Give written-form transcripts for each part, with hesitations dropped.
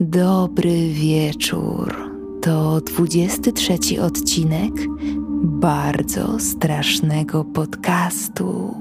Dobry wieczór. To 23 odcinek bardzo strasznego podcastu.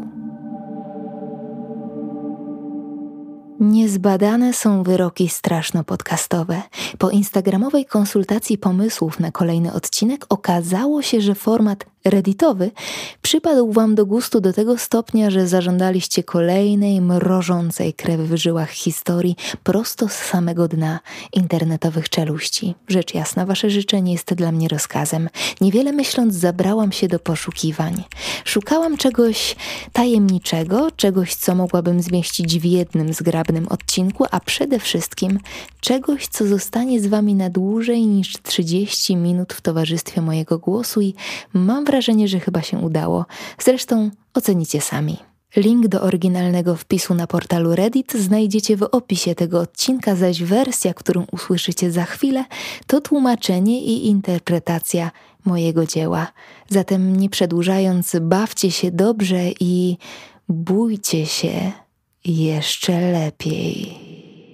Niezbadane są wyroki straszno-podcastowe. Po instagramowej konsultacji pomysłów na kolejny odcinek okazało się, że format redditowy przypadł Wam do gustu do tego stopnia, że zażądaliście kolejnej mrożącej krew w żyłach historii prosto z samego dna internetowych czeluści. Rzecz jasna, Wasze życzenie jest dla mnie rozkazem. Niewiele myśląc zabrałam się do poszukiwań. Szukałam czegoś tajemniczego, czegoś, co mogłabym zmieścić w jednym zgrabnym odcinku, a przede wszystkim czegoś, co zostanie z Wami na dłużej niż 30 minut w towarzystwie mojego głosu i mam wrażenie, że chyba się udało. Zresztą ocenicie sami. Link do oryginalnego wpisu na portalu Reddit znajdziecie w opisie tego odcinka, zaś wersja, którą usłyszycie za chwilę, to tłumaczenie i interpretacja mojego dzieła. Zatem nie przedłużając, bawcie się dobrze i bójcie się jeszcze lepiej.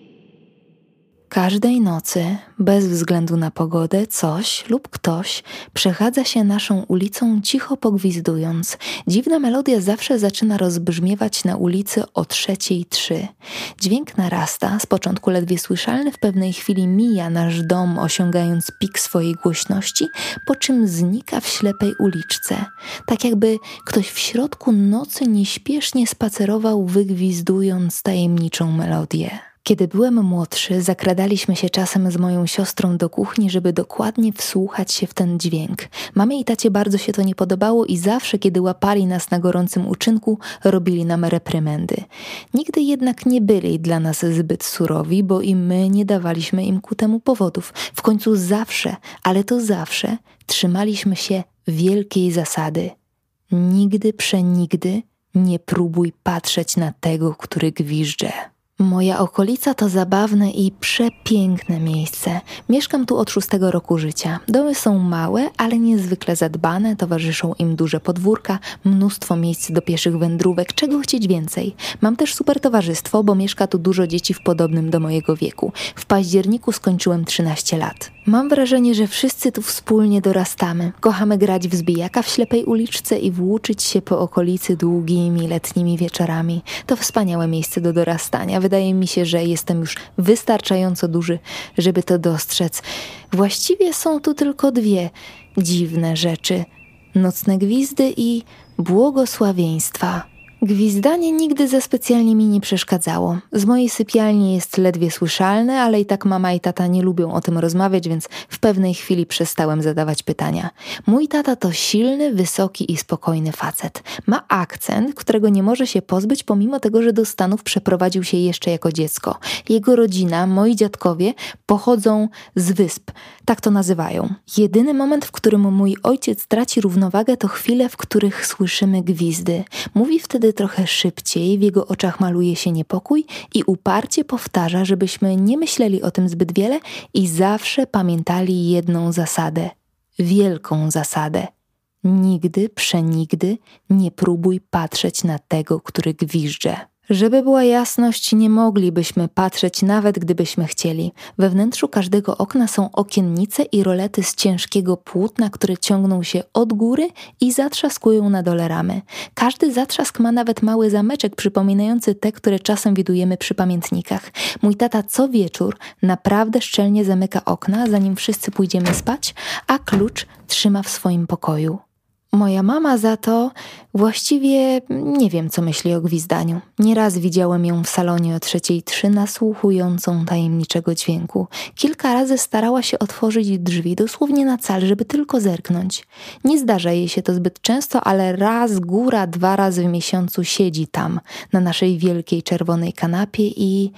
Każdej nocy, bez względu na pogodę, coś lub ktoś przechadza się naszą ulicą cicho pogwizdując. Dziwna melodia zawsze zaczyna rozbrzmiewać na ulicy o 3:03. Dźwięk narasta, z początku ledwie słyszalny, w pewnej chwili mija nasz dom, osiągając pik swojej głośności, po czym znika w ślepej uliczce. Tak jakby ktoś w środku nocy nieśpiesznie spacerował, wygwizdując tajemniczą melodię. Kiedy byłem młodszy, zakradaliśmy się czasem z moją siostrą do kuchni, żeby dokładnie wsłuchać się w ten dźwięk. Mamie i tacie bardzo się to nie podobało i zawsze, kiedy łapali nas na gorącym uczynku, robili nam reprymendy. Nigdy jednak nie byli dla nas zbyt surowi, bo i my nie dawaliśmy im ku temu powodów. W końcu zawsze, ale to zawsze, trzymaliśmy się wielkiej zasady. Nigdy, przenigdy nie próbuj patrzeć na tego, który gwizdże. Moja okolica to zabawne i przepiękne miejsce. Mieszkam tu od 6 roku życia. Domy są małe, ale niezwykle zadbane, towarzyszą im duże podwórka, mnóstwo miejsc do pieszych wędrówek, czego chcieć więcej. Mam też super towarzystwo, bo mieszka tu dużo dzieci w podobnym do mojego wieku. W październiku skończyłem 13 lat. Mam wrażenie, że wszyscy tu wspólnie dorastamy. Kochamy grać w zbijaka w ślepej uliczce i włóczyć się po okolicy długimi letnimi wieczorami. To wspaniałe miejsce do dorastania. Wydaje mi się, że jestem już wystarczająco duży, żeby to dostrzec. Właściwie są tu tylko dwie dziwne rzeczy. Nocne gwizdy i błogosławieństwa. Gwizdanie nigdy za specjalnie mi nie przeszkadzało. Z mojej sypialni jest ledwie słyszalne, ale i tak mama i tata nie lubią o tym rozmawiać, więc w pewnej chwili przestałem zadawać pytania. Mój tata to silny, wysoki i spokojny facet. Ma akcent, którego nie może się pozbyć, pomimo tego, że do Stanów przeprowadził się jeszcze jako dziecko. Jego rodzina, moi dziadkowie, pochodzą z wysp. Tak to nazywają. Jedyny moment, w którym mój ojciec traci równowagę, to chwile, w których słyszymy gwizdy. Mówi wtedy trochę szybciej, w jego oczach maluje się niepokój i uparcie powtarza, żebyśmy nie myśleli o tym zbyt wiele i zawsze pamiętali jedną zasadę. Wielką zasadę. Nigdy, przenigdy nie próbuj patrzeć na tego, który gwizdże. Żeby była jasność, nie moglibyśmy patrzeć nawet gdybyśmy chcieli. We wnętrzu każdego okna są okiennice i rolety z ciężkiego płótna, które ciągną się od góry i zatrzaskują na dole ramy. Każdy zatrzask ma nawet mały zameczek przypominający te, które czasem widujemy przy pamiętnikach. Mój tata co wieczór naprawdę szczelnie zamyka okna, zanim wszyscy pójdziemy spać, a klucz trzyma w swoim pokoju. Moja mama za to właściwie nie wiem, co myśli o gwizdaniu. Nieraz widziałem ją w salonie o 3:03 nasłuchującą tajemniczego dźwięku. Kilka razy starała się otworzyć drzwi, dosłownie na cal, żeby tylko zerknąć. Nie zdarza jej się to zbyt często, ale raz, góra 2 razy w miesiącu siedzi tam, na naszej wielkiej czerwonej kanapie i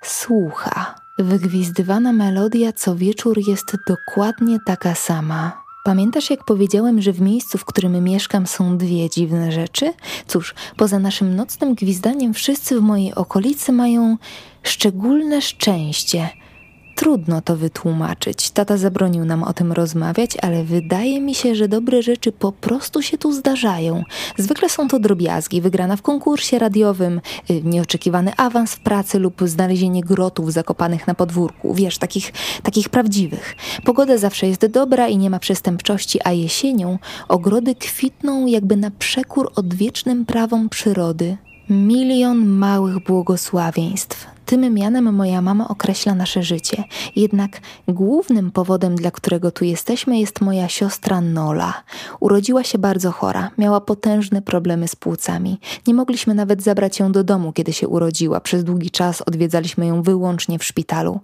słucha. Wygwizdywana melodia co wieczór jest dokładnie taka sama. Pamiętasz, jak powiedziałem, że w miejscu, w którym mieszkam, są dwie dziwne rzeczy? Cóż, poza naszym nocnym gwizdaniem wszyscy w mojej okolicy mają szczególne szczęście. Trudno to wytłumaczyć. Tata zabronił nam o tym rozmawiać, ale wydaje mi się, że dobre rzeczy po prostu się tu zdarzają. Zwykle są to drobiazgi, wygrana w konkursie radiowym, nieoczekiwany awans w pracy lub znalezienie grotów zakopanych na podwórku. Wiesz, takich prawdziwych. Pogoda zawsze jest dobra i nie ma przestępczości, a jesienią ogrody kwitną jakby na przekór odwiecznym prawom przyrody. Milion małych błogosławieństw. Tym mianem moja mama określa nasze życie. Jednak głównym powodem, dla którego tu jesteśmy, jest moja siostra Nola. Urodziła się bardzo chora, miała potężne problemy z płucami. Nie mogliśmy nawet zabrać ją do domu, kiedy się urodziła. Przez długi czas odwiedzaliśmy ją wyłącznie w szpitalu.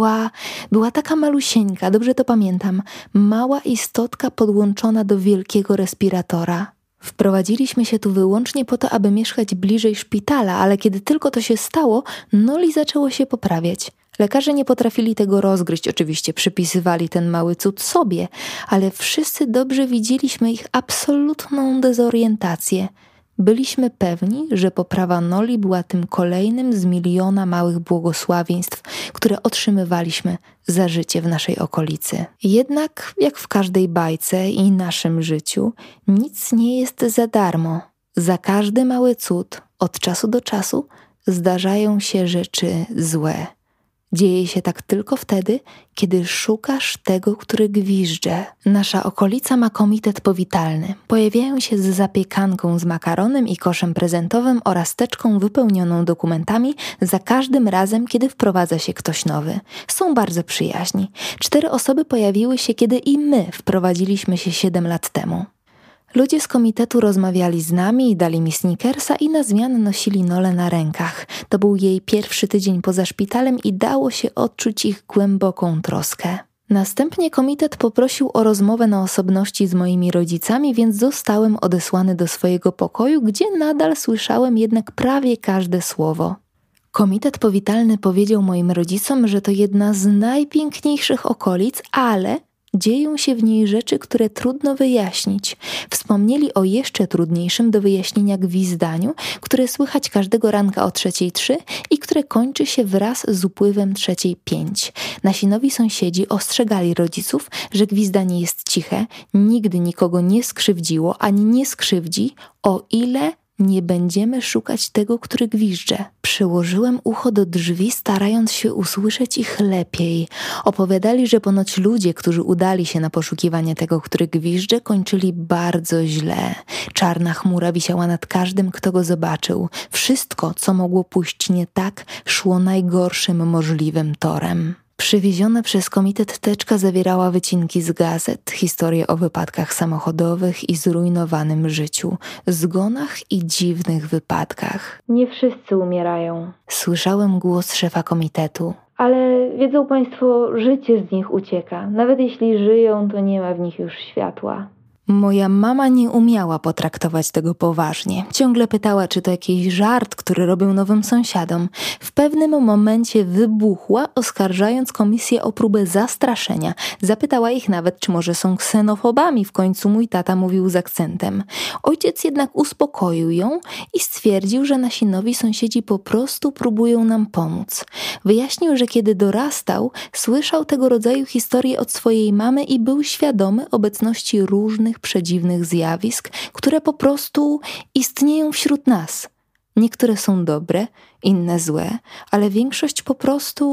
Była taka malusieńka, dobrze to pamiętam. Mała istotka podłączona do wielkiego respiratora. Wprowadziliśmy się tu wyłącznie po to, aby mieszkać bliżej szpitala, ale kiedy tylko to się stało, Noli zaczęło się poprawiać. Lekarze nie potrafili tego rozgryźć, oczywiście przypisywali ten mały cud sobie, ale wszyscy dobrze widzieliśmy ich absolutną dezorientację. Byliśmy pewni, że poprawa Noli była tym kolejnym z miliona małych błogosławieństw, które otrzymywaliśmy za życie w naszej okolicy. Jednak, jak w każdej bajce i naszym życiu, nic nie jest za darmo. Za każdy mały cud, od czasu do czasu, zdarzają się rzeczy złe. Dzieje się tak tylko wtedy, kiedy szukasz tego, który gwizdże. Nasza okolica ma komitet powitalny. Pojawiają się z zapiekanką z makaronem i koszem prezentowym oraz teczką wypełnioną dokumentami za każdym razem, kiedy wprowadza się ktoś nowy. Są bardzo przyjaźni. 4 osoby pojawiły się, kiedy i my wprowadziliśmy się 7 lat temu. Ludzie z komitetu rozmawiali z nami i dali mi Snickersa i na zmianę nosili Nolę na rękach. To był jej pierwszy tydzień poza szpitalem i dało się odczuć ich głęboką troskę. Następnie komitet poprosił o rozmowę na osobności z moimi rodzicami, więc zostałem odesłany do swojego pokoju, gdzie nadal słyszałem jednak prawie każde słowo. Komitet powitalny powiedział moim rodzicom, że to jedna z najpiękniejszych okolic, ale dzieją się w niej rzeczy, które trudno wyjaśnić. Wspomnieli o jeszcze trudniejszym do wyjaśnienia gwizdaniu, które słychać każdego ranka o 3:03 i które kończy się wraz z upływem 3:05. Nasi nowi sąsiedzi ostrzegali rodziców, że gwizdanie jest ciche, nigdy nikogo nie skrzywdziło ani nie skrzywdzi, o ile nie będziemy szukać tego, który gwizdże. Przyłożyłem ucho do drzwi, starając się usłyszeć ich lepiej. Opowiadali, że ponoć ludzie, którzy udali się na poszukiwanie tego, który gwizdże, kończyli bardzo źle. Czarna chmura wisiała nad każdym, kto go zobaczył. Wszystko, co mogło pójść nie tak, szło najgorszym możliwym torem. Przywieziona przez komitet teczka zawierała wycinki z gazet, historie o wypadkach samochodowych i zrujnowanym życiu, zgonach i dziwnych wypadkach. Nie wszyscy umierają. Słyszałem głos szefa komitetu. Ale wiedzą Państwo, życie z nich ucieka. Nawet jeśli żyją, to nie ma w nich już światła. Moja mama nie umiała potraktować tego poważnie. Ciągle pytała, czy to jakiś żart, który robią nowym sąsiadom. W pewnym momencie wybuchła, oskarżając komisję o próbę zastraszenia. Zapytała ich nawet, czy może są ksenofobami. W końcu mój tata mówił z akcentem. Ojciec jednak uspokoił ją i stwierdził, że nasi nowi sąsiedzi po prostu próbują nam pomóc. Wyjaśnił, że kiedy dorastał, słyszał tego rodzaju historie od swojej mamy i był świadomy obecności różnych przedziwnych zjawisk, które po prostu istnieją wśród nas. Niektóre są dobre, inne złe, ale większość po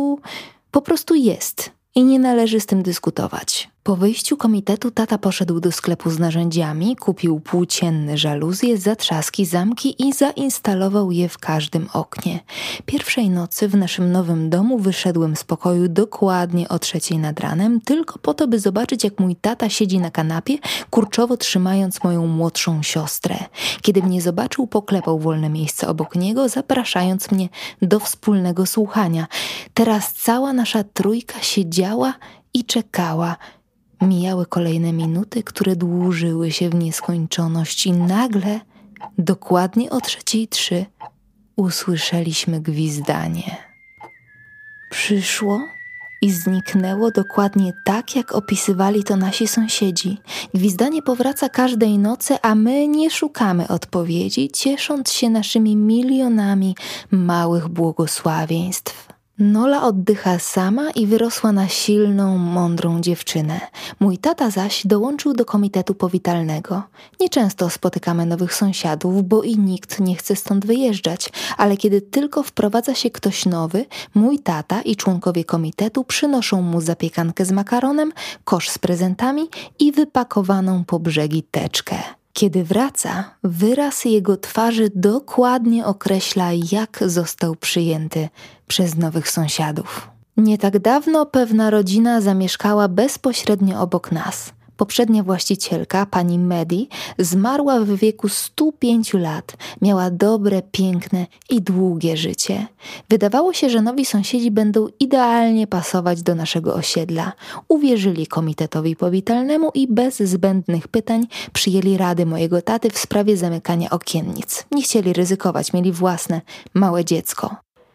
prostu jest i nie należy z tym dyskutować. Po wyjściu komitetu tata poszedł do sklepu z narzędziami, kupił płócienne żaluzje, zatrzaski, zamki i zainstalował je w każdym oknie. Pierwszej nocy w naszym nowym domu wyszedłem z pokoju dokładnie o 3:00 nad ranem, tylko po to, by zobaczyć, jak mój tata siedzi na kanapie, kurczowo trzymając moją młodszą siostrę. Kiedy mnie zobaczył, poklepał wolne miejsce obok niego, zapraszając mnie do wspólnego słuchania. Teraz cała nasza trójka siedziała i czekała. Mijały kolejne minuty, które dłużyły się w nieskończoność i nagle, dokładnie o 3:03, usłyszeliśmy gwizdanie. Przyszło i zniknęło dokładnie tak, jak opisywali to nasi sąsiedzi. Gwizdanie powraca każdej nocy, a my nie szukamy odpowiedzi, ciesząc się naszymi milionami małych błogosławieństw. Nola oddycha sama i wyrosła na silną, mądrą dziewczynę. Mój tata zaś dołączył do komitetu powitalnego. Nieczęsto spotykamy nowych sąsiadów, bo i nikt nie chce stąd wyjeżdżać, ale kiedy tylko wprowadza się ktoś nowy, mój tata i członkowie komitetu przynoszą mu zapiekankę z makaronem, kosz z prezentami i wypakowaną po brzegi teczkę. Kiedy wraca, wyraz jego twarzy dokładnie określa, jak został przyjęty przez nowych sąsiadów. Nie tak dawno pewna rodzina zamieszkała bezpośrednio obok nas. Poprzednia właścicielka, pani Medi, zmarła w wieku 105 lat. Miała dobre, piękne i długie życie. Wydawało się, że nowi sąsiedzi będą idealnie pasować do naszego osiedla. Uwierzyli komitetowi powitalnemu i bez zbędnych pytań przyjęli rady mojego taty w sprawie zamykania okiennic. Nie chcieli ryzykować, mieli własne, małe dziecko.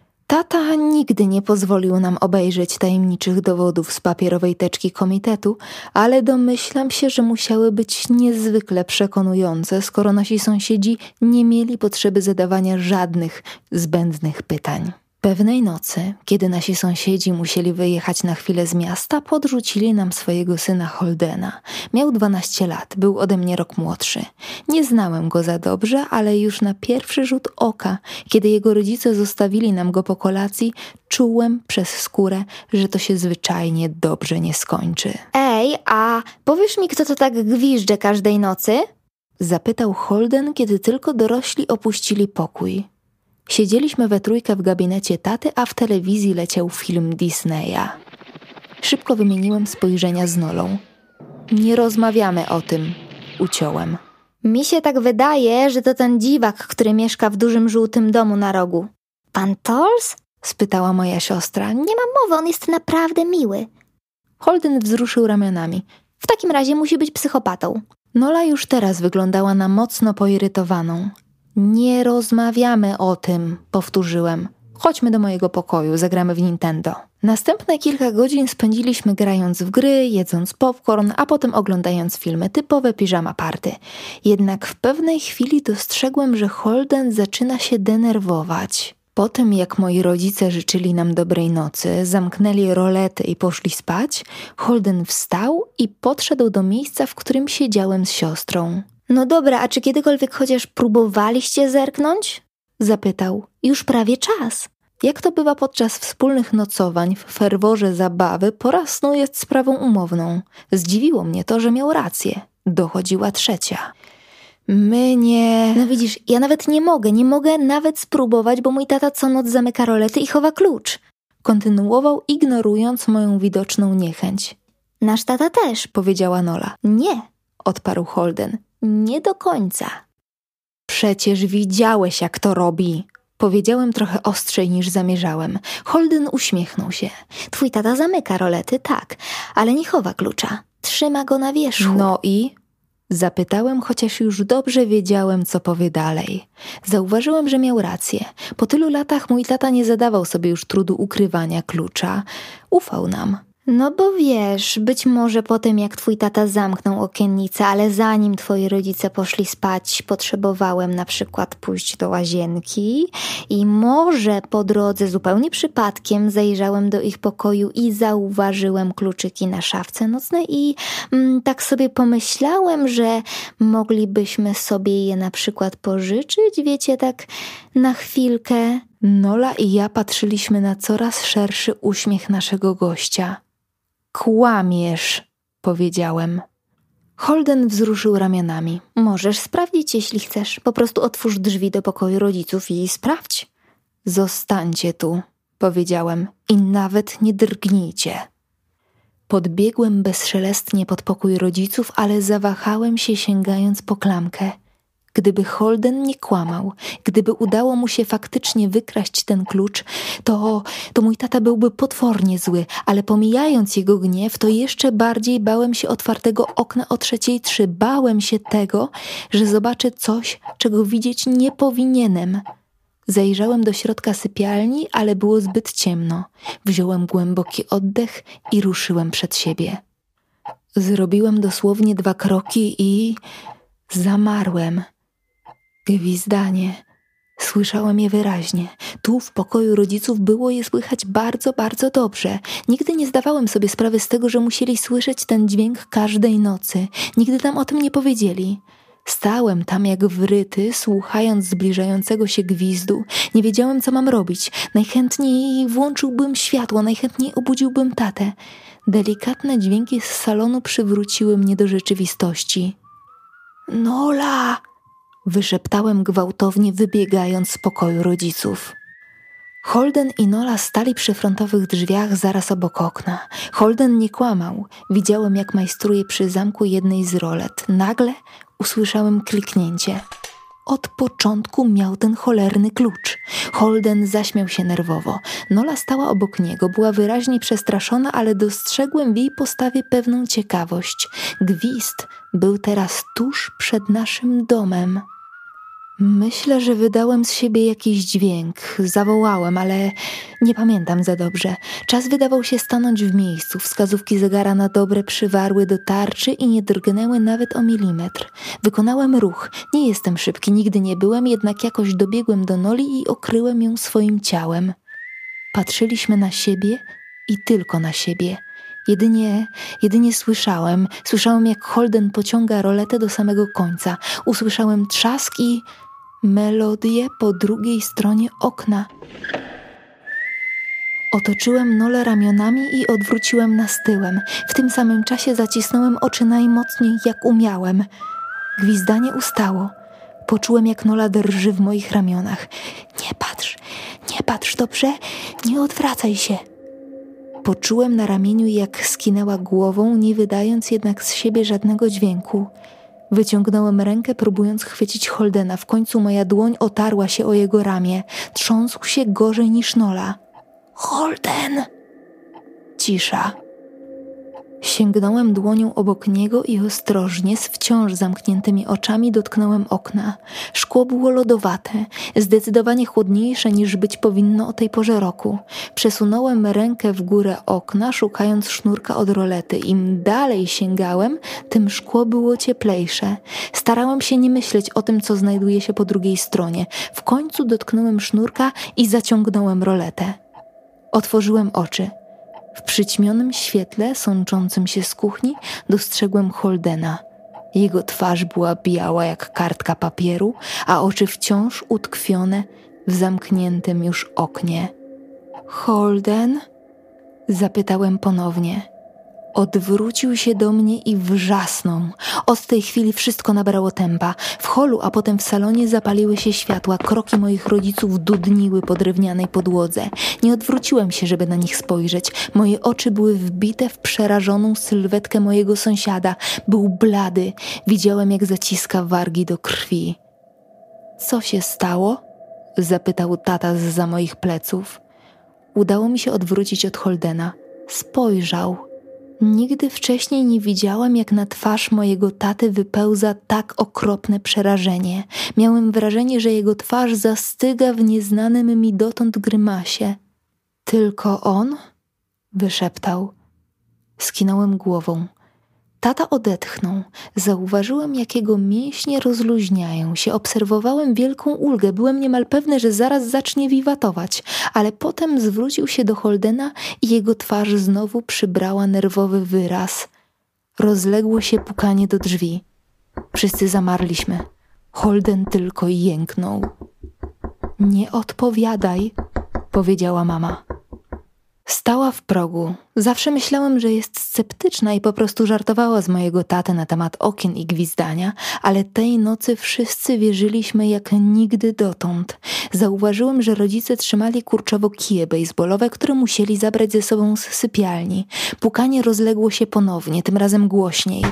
Tata nigdy nie pozwolił nam obejrzeć tajemniczych dowodów z papierowej teczki komitetu, ale domyślam się, że musiały być niezwykle przekonujące, skoro nasi sąsiedzi nie mieli potrzeby zadawania żadnych zbędnych pytań. Pewnej nocy, kiedy nasi sąsiedzi musieli wyjechać na chwilę z miasta, podrzucili nam swojego syna Holdena. Miał 12 lat, był ode mnie rok młodszy. Nie znałem go za dobrze, ale już na pierwszy rzut oka, kiedy jego rodzice zostawili nam go po kolacji, czułem przez skórę, że to się zwyczajnie dobrze nie skończy. Ej, a powiesz mi, kto to tak gwizdże każdej nocy? Zapytał Holden, kiedy tylko dorośli opuścili pokój. Siedzieliśmy we trójkę w gabinecie taty, a w telewizji leciał film Disneya. Szybko wymieniłem spojrzenia z Nolą. Nie rozmawiamy o tym, uciąłem. Mi się tak wydaje, że to ten dziwak, który mieszka w dużym żółtym domu na rogu. Pan Tols? Spytała moja siostra. Nie ma mowy, on jest naprawdę miły. Holden wzruszył ramionami. W takim razie musi być psychopatą. Nola już teraz wyglądała na mocno poirytowaną. Nie rozmawiamy o tym, powtórzyłem. Chodźmy do mojego pokoju, zagramy w Nintendo. Następne kilka godzin spędziliśmy grając w gry, jedząc popcorn, a potem oglądając filmy typowe piżama party. Jednak w pewnej chwili dostrzegłem, że Holden zaczyna się denerwować. Po tym, jak moi rodzice życzyli nam dobrej nocy, zamknęli rolety i poszli spać, Holden wstał i podszedł do miejsca, w którym siedziałem z siostrą. No dobra, a czy kiedykolwiek chociaż próbowaliście zerknąć? Zapytał. Już prawie czas. Jak to bywa podczas wspólnych nocowań, w ferworze zabawy, pora snu jest sprawą umowną. Zdziwiło mnie to, że miał rację. Dochodziła trzecia. My nie... No widzisz, ja nawet nie mogę nawet spróbować, bo mój tata co noc zamyka rolety i chowa klucz. Kontynuował, ignorując moją widoczną niechęć. Nasz tata też, powiedziała Nola. Nie, odparł Holden. Nie do końca. Przecież widziałeś, jak to robi. Powiedziałem trochę ostrzej niż zamierzałem. Holden uśmiechnął się. Twój tata zamyka rolety, tak, ale nie chowa klucza. Trzyma go na wierzchu. No i? Zapytałem, chociaż już dobrze wiedziałem, co powie dalej. Zauważyłem, że miał rację. Po tylu latach mój tata nie zadawał sobie już trudu ukrywania klucza. Ufał nam. No bo wiesz, być może po tym, jak twój tata zamknął okiennicę, ale zanim twoi rodzice poszli spać, potrzebowałem na przykład pójść do łazienki i może po drodze zupełnie przypadkiem zajrzałem do ich pokoju i zauważyłem kluczyki na szafce nocnej i tak sobie pomyślałem, że moglibyśmy sobie je na przykład pożyczyć, wiecie, tak na chwilkę. Nola i ja patrzyliśmy na coraz szerszy uśmiech naszego gościa. Kłamiesz, powiedziałem. Holden wzruszył ramionami. Możesz sprawdzić, jeśli chcesz. Po prostu otwórz drzwi do pokoju rodziców i sprawdź. Zostańcie tu, powiedziałem, i nawet nie drgnijcie. Podbiegłem bezszelestnie pod pokój rodziców, ale zawahałem się, sięgając po klamkę. Gdyby Holden nie kłamał, gdyby udało mu się faktycznie wykraść ten klucz, to mój tata byłby potwornie zły, ale pomijając jego gniew, to jeszcze bardziej bałem się otwartego okna o 3:03. Bałem się tego, że zobaczę coś, czego widzieć nie powinienem. Zajrzałem do środka sypialni, ale było zbyt ciemno. Wziąłem głęboki oddech i ruszyłem przed siebie. Zrobiłem dosłownie 2 kroki i zamarłem. Gwizdanie, Słyszałem je wyraźnie. Tu w pokoju rodziców było je słychać bardzo, bardzo dobrze. Nigdy nie zdawałem sobie sprawy z tego, że musieli słyszeć ten dźwięk każdej nocy. Nigdy nam o tym nie powiedzieli. Stałem tam jak wryty, słuchając zbliżającego się gwizdu. Nie wiedziałem, co mam robić. Najchętniej włączyłbym światło, najchętniej obudziłbym tatę. Delikatne dźwięki z salonu przywróciły mnie do rzeczywistości. Nola! Wyszeptałem gwałtownie, wybiegając z pokoju rodziców. Holden i Nola stali przy frontowych drzwiach zaraz obok okna. Holden nie kłamał. Widziałem, jak majstruje przy zamku jednej z rolet. Nagle usłyszałem kliknięcie. Od początku miał ten cholerny klucz. Holden zaśmiał się nerwowo. Nola stała obok niego. Była wyraźnie przestraszona, ale dostrzegłem w jej postawie pewną ciekawość. Gwizd był teraz tuż przed naszym domem. Myślę, że wydałem z siebie jakiś dźwięk. Zawołałem, ale nie pamiętam za dobrze. Czas wydawał się stanąć w miejscu. Wskazówki zegara na dobre przywarły do tarczy i nie drgnęły nawet o milimetr. Wykonałem ruch. Nie jestem szybki, nigdy nie byłem, jednak jakoś dobiegłem do Noli i okryłem ją swoim ciałem. Patrzyliśmy na siebie i tylko na siebie. Jedynie słyszałem, jak Holden pociąga roletę do samego końca. Usłyszałem trzask i melodię po drugiej stronie okna. Otoczyłem Nolę ramionami i odwróciłem nas tyłem. W tym samym czasie zacisnąłem oczy najmocniej, jak umiałem. Gwizdanie ustało. Poczułem, jak Nola drży w moich ramionach. Nie patrz, dobrze? Nie odwracaj się. Poczułem na ramieniu, jak skinęła głową, nie wydając jednak z siebie żadnego dźwięku. Wyciągnąłem rękę, próbując chwycić Holdena. W końcu moja dłoń otarła się o jego ramię. Trząsł się gorzej niż Nola. Holden! Cisza. Sięgnąłem dłonią obok niego i ostrożnie, z wciąż zamkniętymi oczami dotknąłem okna. Szkło było lodowate, zdecydowanie chłodniejsze niż być powinno o tej porze roku. Przesunąłem rękę w górę okna, szukając sznurka od rolety. Im dalej sięgałem, tym szkło było cieplejsze. Starałem się nie myśleć o tym, co znajduje się po drugiej stronie. W końcu dotknąłem sznurka i zaciągnąłem roletę. Otworzyłem oczy. W przyćmionym świetle sączącym się z kuchni dostrzegłem Holdena. Jego twarz była biała jak kartka papieru, a oczy wciąż utkwione w zamkniętym już oknie. Holden? Zapytałem ponownie. Odwrócił się do mnie i wrzasnął. Od tej chwili wszystko nabrało tempa. W holu, a potem w salonie zapaliły się światła. Kroki moich rodziców dudniły po drewnianej podłodze. Nie odwróciłem się, żeby na nich spojrzeć. Moje oczy były wbite w przerażoną sylwetkę mojego sąsiada. Był blady. Widziałem, jak zaciska wargi do krwi. Co się stało? Zapytał tata zza moich pleców. Udało mi się odwrócić od Holdena. Spojrzał. Nigdy wcześniej nie widziałem, jak na twarz mojego taty wypełza tak okropne przerażenie. Miałem wrażenie, że jego twarz zastyga w nieznanym mi dotąd grymasie. Tylko on? Wyszeptał. Skinąłem głową. Tata odetchnął. Zauważyłem, jak jego mięśnie rozluźniają się. Obserwowałem wielką ulgę. Byłem niemal pewny, że zaraz zacznie wiwatować. Ale potem zwrócił się do Holdena i jego twarz znowu przybrała nerwowy wyraz. Rozległo się pukanie do drzwi. Wszyscy zamarliśmy. Holden tylko jęknął. Nie odpowiadaj, powiedziała mama. Stała w progu. Zawsze myślałem, że jest sceptyczna i po prostu żartowała z mojego taty na temat okien i gwizdania, ale tej nocy wszyscy wierzyliśmy jak nigdy dotąd. Zauważyłem, że rodzice trzymali kurczowo kije bejsbolowe, które musieli zabrać ze sobą z sypialni. Pukanie rozległo się ponownie, tym razem głośniej.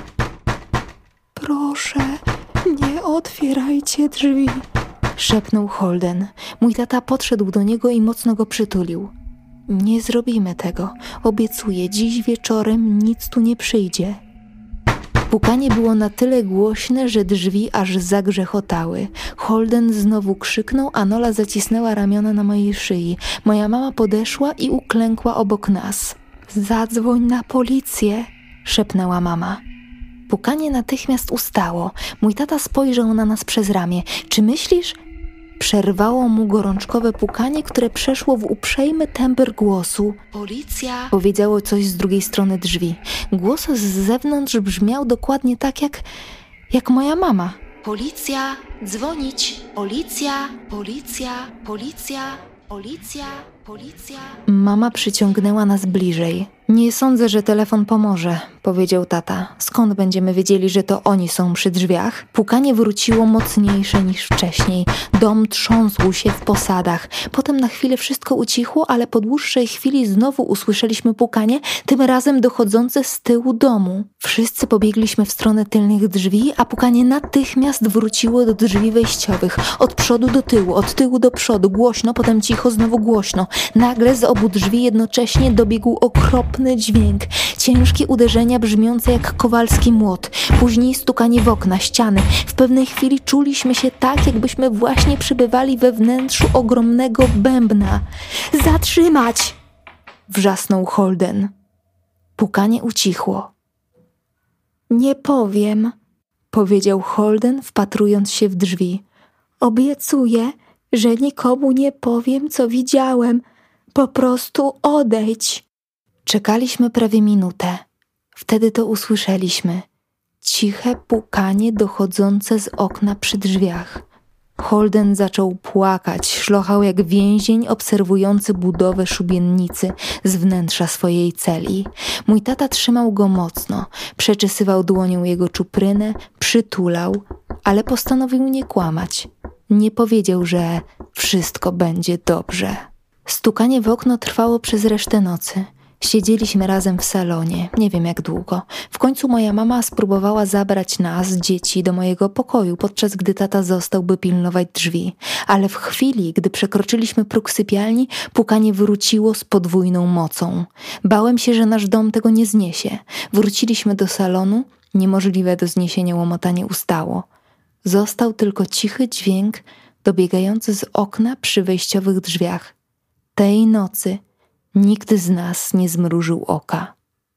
Proszę, nie otwierajcie drzwi, szepnął Holden. Mój tata podszedł do niego i mocno go przytulił. Nie zrobimy tego. Obiecuję, dziś wieczorem nic tu nie przyjdzie. Pukanie było na tyle głośne, że drzwi aż zagrzechotały. Holden znowu krzyknął, a Nola zacisnęła ramiona na mojej szyi. Moja mama podeszła i uklękła obok nas. Zadzwoń na policję, szepnęła mama. Pukanie natychmiast ustało. Mój tata spojrzał na nas przez ramię. Czy myślisz? przerwało mu gorączkowe pukanie, które przeszło w uprzejmy tembr głosu. Policja! Powiedziało coś z drugiej strony drzwi. Głos z zewnątrz brzmiał dokładnie tak jak moja mama. Policja! Dzwonić! Policja! Policja! Policja! Policja! Policja! Mama przyciągnęła nas bliżej. Nie sądzę, że telefon pomoże, powiedział tata. Skąd będziemy wiedzieli, że to oni są przy drzwiach? Pukanie wróciło mocniejsze niż wcześniej. Dom trząsł się w posadach. Potem na chwilę wszystko ucichło, ale po dłuższej chwili znowu usłyszeliśmy pukanie, tym razem dochodzące z tyłu domu. Wszyscy pobiegliśmy w stronę tylnych drzwi, a pukanie natychmiast wróciło do drzwi wejściowych. Od przodu do tyłu, od tyłu do przodu, głośno, potem cicho, znowu głośno. Nagle z obu drzwi jednocześnie dobiegł okropny dźwięk. Ciężkie uderzenia brzmiące jak kowalski młot. Później stukanie w okna, ściany. W pewnej chwili czuliśmy się tak, jakbyśmy właśnie przebywali we wnętrzu ogromnego bębna. Zatrzymać! Wrzasnął Holden. Pukanie ucichło. Nie powiem, powiedział Holden, wpatrując się w drzwi. Obiecuję, że nikomu nie powiem, co widziałem. Po prostu odejdź. Czekaliśmy prawie minutę. Wtedy to usłyszeliśmy. Ciche pukanie dochodzące z okna przy drzwiach. Holden zaczął płakać, szlochał jak więzień obserwujący budowę szubienicy z wnętrza swojej celi. Mój tata trzymał go mocno, przeczesywał dłonią jego czuprynę, przytulał, ale postanowił nie kłamać. Nie powiedział, że wszystko będzie dobrze. Stukanie w okno trwało przez resztę nocy. Siedzieliśmy razem w salonie, nie wiem jak długo. W końcu moja mama spróbowała zabrać nas, dzieci, do mojego pokoju, podczas gdy tata został, by pilnować drzwi. Ale w chwili, gdy przekroczyliśmy próg sypialni, pukanie wróciło z podwójną mocą. Bałem się, że nasz dom tego nie zniesie. Wróciliśmy do salonu, niemożliwe do zniesienia łomotanie ustało. Został tylko cichy dźwięk dobiegający z okna przy wejściowych drzwiach. Tej nocy nikt z nas nie zmrużył oka.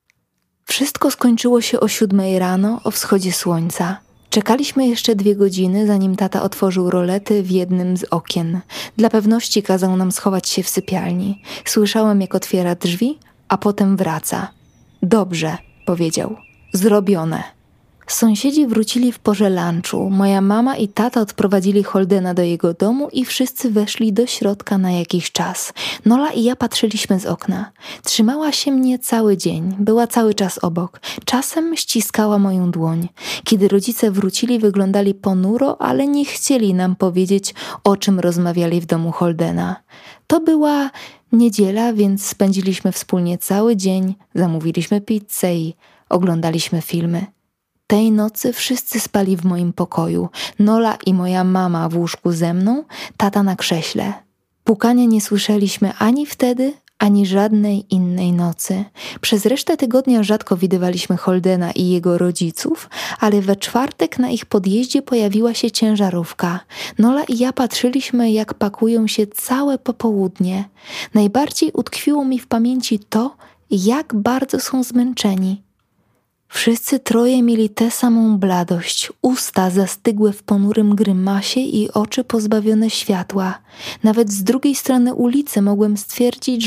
Wszystko skończyło się o 7 rano, o wschodzie słońca. Czekaliśmy jeszcze 2 godziny, zanim tata otworzył rolety w jednym z okien. Dla pewności kazał nam schować się w sypialni. Słyszałem, jak otwiera drzwi, a potem wraca. Dobrze, powiedział. Zrobione. Sąsiedzi wrócili w porze lunchu. Moja mama i tata odprowadzili Holdena do jego domu i wszyscy weszli do środka na jakiś czas. Nola i ja patrzyliśmy z okna. Trzymała się mnie cały dzień. Była cały czas obok. Czasem ściskała moją dłoń. Kiedy rodzice wrócili, wyglądali ponuro, ale nie chcieli nam powiedzieć, o czym rozmawiali w domu Holdena. To była niedziela, więc spędziliśmy wspólnie cały dzień, zamówiliśmy pizzę i oglądaliśmy filmy. Tej nocy wszyscy spali w moim pokoju. Nola i moja mama w łóżku ze mną, tata na krześle. Pukania nie słyszeliśmy ani wtedy, ani żadnej innej nocy. Przez resztę tygodnia rzadko widywaliśmy Holdena i jego rodziców, ale we czwartek na ich podjeździe pojawiła się ciężarówka. Nola i ja patrzyliśmy, jak pakują się całe popołudnie. Najbardziej utkwiło mi w pamięci to, jak bardzo są zmęczeni. Wszyscy troje mieli tę samą bladość, usta zastygłe w ponurym grymasie i oczy pozbawione światła. Nawet z drugiej strony ulicy mogłem stwierdzić,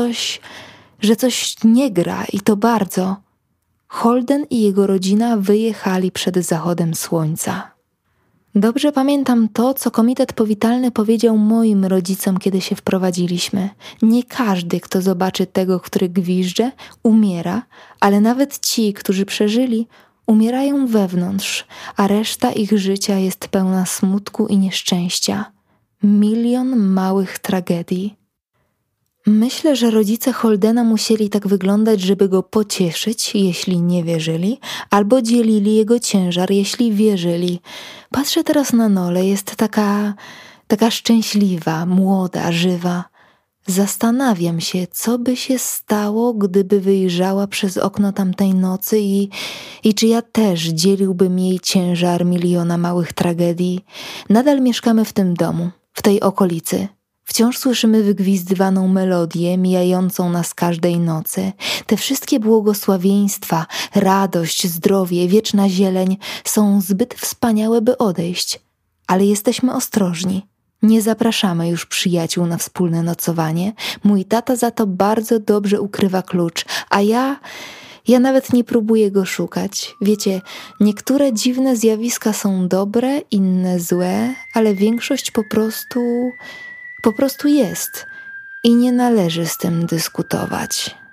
że coś nie gra i to bardzo. Holden i jego rodzina wyjechali przed zachodem słońca. Dobrze pamiętam to, co komitet powitalny powiedział moim rodzicom, kiedy się wprowadziliśmy. Nie każdy, kto zobaczy tego, który gwizdże, umiera, ale nawet ci, którzy przeżyli, umierają wewnątrz, a reszta ich życia jest pełna smutku i nieszczęścia. 1 milion małych tragedii. Myślę, że rodzice Holdena musieli tak wyglądać, żeby go pocieszyć, jeśli nie wierzyli, albo dzielili jego ciężar, jeśli wierzyli. Patrzę teraz na Nolę, jest taka szczęśliwa, młoda, żywa. Zastanawiam się, co by się stało, gdyby wyjrzała przez okno tamtej nocy i czy ja też dzieliłbym jej ciężar 1 miliona małych tragedii. Nadal mieszkamy w tym domu, w tej okolicy. Wciąż słyszymy wygwizdywaną melodię mijającą nas każdej nocy. Te wszystkie błogosławieństwa, radość, zdrowie, wieczna zieleń są zbyt wspaniałe, by odejść. Ale jesteśmy ostrożni. Nie zapraszamy już przyjaciół na wspólne nocowanie. Mój tata za to bardzo dobrze ukrywa klucz, a ja nawet nie próbuję go szukać. Wiecie, niektóre dziwne zjawiska są dobre, inne złe, ale większość po prostu jest i nie należy z tym dyskutować.